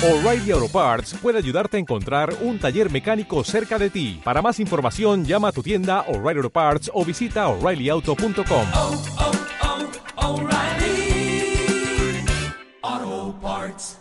O'Reilly Auto Parts puede ayudarte a encontrar un taller mecánico cerca de ti. Para más información, llama a tu tienda O'Reilly Auto Parts o visita O'ReillyAuto.com. O'Reilly Auto Parts.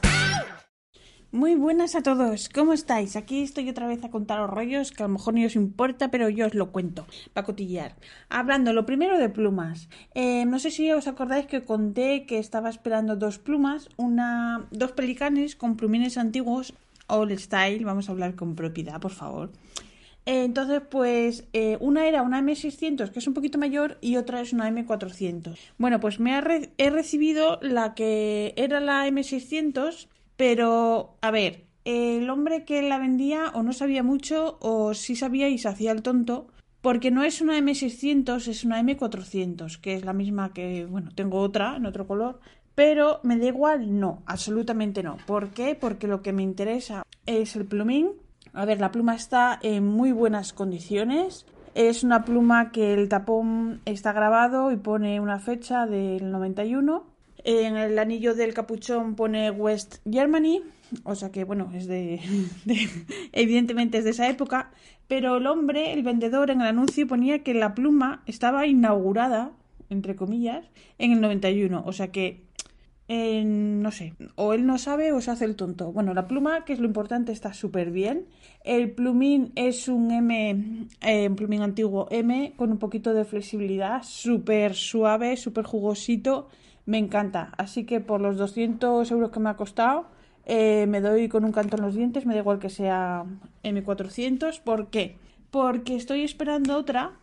Muy buenas a todos, ¿cómo estáis? Aquí estoy otra vez a contaros rollos que a lo mejor ni os importa, pero yo os lo cuento, para cotillear. Hablando lo primero de plumas. No sé si os acordáis que conté que estaba esperando dos plumas, dos pelicanes con plumines antiguos, old style, vamos a hablar con propiedad, por favor. Entonces, pues, una era una M600, que es un poquito mayor, y otra es una M400. Bueno, pues he recibido la que era la M600, pero, a ver, el hombre que la vendía o no sabía mucho o sí sabía y se hacía el tonto, porque no es una M600, es una M400, que es la misma que, bueno, tengo otra en otro color, pero me da igual, no, absolutamente no. ¿Por qué? Porque lo que me interesa es el plumín. A ver, la pluma está en muy buenas condiciones. Es una pluma que el tapón está grabado y pone una fecha del 91. En el anillo del capuchón pone West Germany, o sea que, bueno, es evidentemente es de esa época. Pero el hombre, el vendedor, en el anuncio ponía que la pluma estaba inaugurada, entre comillas, en el 91. O sea que, no sé, o él no sabe o se hace el tonto. Bueno, la pluma, que es lo importante, está súper bien. El plumín es un un plumín antiguo M, con un poquito de flexibilidad, súper suave, súper jugosito. Me encanta. Así que por los 200 euros que me ha costado, me doy con un canto en los dientes. Me da igual que sea M400. ¿Por qué? Porque estoy esperando otra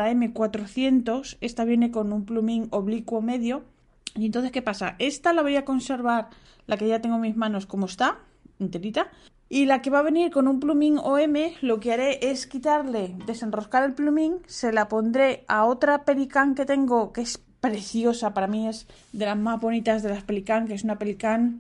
M400. Esta viene con un plumín oblicuo medio. Y entonces, ¿qué pasa? Esta la voy a conservar, la que ya tengo en mis manos como está, enterita. Y la que va a venir con un plumín OM, lo que haré es desenroscar el plumín, se la pondré a otra Pelican que tengo, que es preciosa, para mí es de las más bonitas de las Pelican, que es una Pelican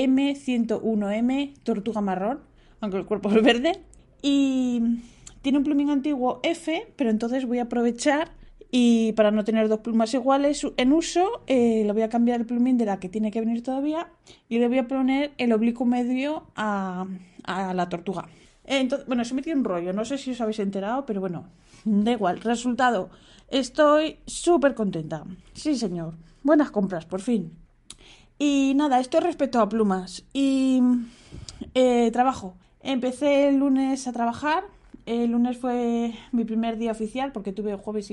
M101M, tortuga marrón, aunque el cuerpo es verde. Y tiene un plumín antiguo F, pero entonces voy a aprovechar y para no tener dos plumas iguales en uso, le voy a cambiar el plumín de la que tiene que venir todavía y le voy a poner el oblicuo medio a la tortuga. Entonces, bueno, se metió un rollo, no sé si os habéis enterado, pero bueno, da igual. Resultado, estoy súper contenta. Sí, señor, buenas compras, por fin. Y nada, esto respecto a plumas. Y trabajo. Empecé el lunes a trabajar. El lunes fue mi primer día oficial porque tuve jueves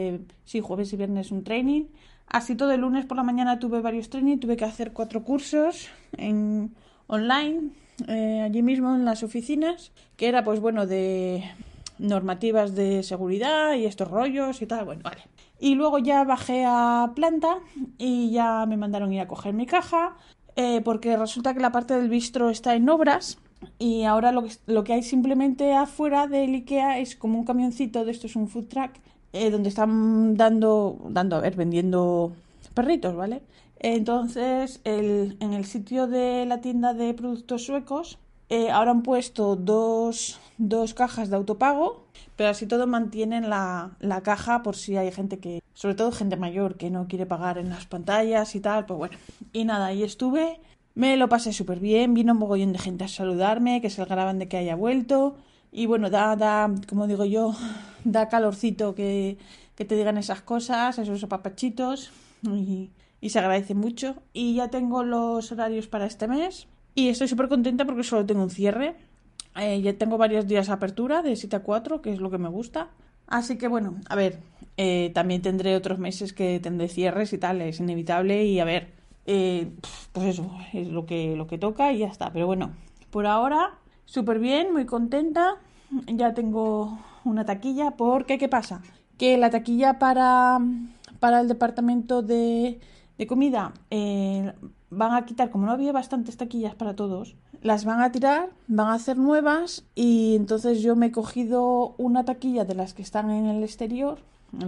y viernes un training. Así todo el lunes por la mañana tuve varios trainings. Tuve que hacer 4 cursos online, allí mismo en las oficinas, que era pues bueno de normativas de seguridad y estos rollos y tal. Bueno, vale. Y luego ya bajé a planta y ya me mandaron ir a coger mi caja, porque resulta que la parte del bistro está en obras. Y ahora lo que hay simplemente afuera del IKEA es como un camioncito, de esto es un food truck, donde están vendiendo perritos, ¿vale? Entonces, en el sitio de la tienda de productos suecos, ahora han puesto dos cajas de autopago, pero así todo mantienen la caja por si hay gente sobre todo gente mayor, que no quiere pagar en las pantallas y tal, pues bueno. Y nada, ahí estuve. Me lo pasé súper bien, vino un mogollón de gente a saludarme, que se alegraban de que haya vuelto. Y bueno, como digo yo, da calorcito que te digan esas cosas, esos apapachitos, y se agradece mucho. Y ya tengo los horarios para este mes y estoy súper contenta porque solo tengo un cierre. Ya tengo varios días de apertura, de 7 a 4, que es lo que me gusta. Así que bueno, a ver, también tendré otros meses que tendré cierres y tal, es inevitable y a ver... pues eso, es lo que toca y ya está. Pero bueno, por ahora súper bien, muy contenta. Ya tengo una taquilla porque, ¿qué pasa? Que la taquilla para el departamento de comida van a quitar, como no había bastantes taquillas para todos, las van a tirar, van a hacer nuevas y entonces yo me he cogido una taquilla de las que están en el exterior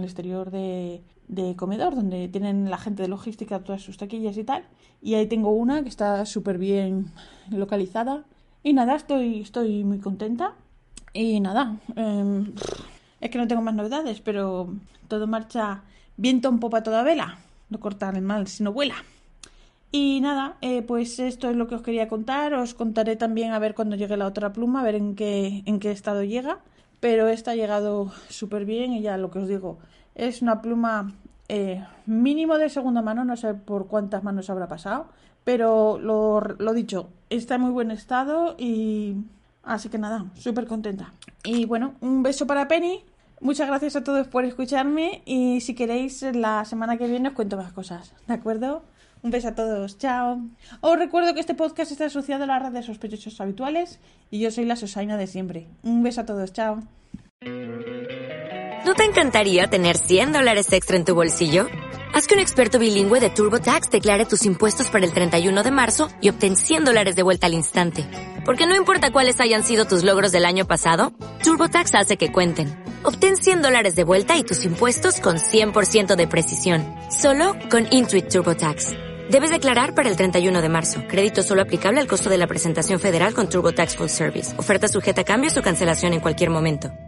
de comedor, donde tienen la gente de logística todas sus taquillas y tal, y ahí tengo una que está súper bien localizada y nada, estoy muy contenta y nada, es que no tengo más novedades, pero todo marcha viento en popa a toda vela, no cortar el mal sino vuela. Y nada, pues esto es lo que os quería contar. Os contaré también a ver cuando llegue la otra pluma, a ver en qué estado llega. Pero esta ha llegado súper bien y ya lo que os digo, es una pluma mínimo de segunda mano, no sé por cuántas manos habrá pasado, pero lo dicho, está en muy buen estado y así que nada, súper contenta. Y bueno, un beso para Penny. Muchas gracias a todos por escucharme y si queréis la semana que viene os cuento más cosas, ¿de acuerdo? Un beso a todos, chao. Os recuerdo que este podcast está asociado a la red de sospechosos habituales y yo soy la Sosaina de siempre. Un beso a todos, chao. ¿No te encantaría tener $100 extra en tu bolsillo? Haz que un experto bilingüe de TurboTax declare tus impuestos para el 31 de marzo y obtén $100 de vuelta al instante. Porque no importa cuáles hayan sido tus logros del año pasado, TurboTax hace que cuenten. Obtén $100 de vuelta y tus impuestos con 100% de precisión. Solo con Intuit TurboTax. Debes declarar para el 31 de marzo. Crédito solo aplicable al costo de la presentación federal con TurboTax Full Service. Oferta sujeta a cambios o cancelación en cualquier momento.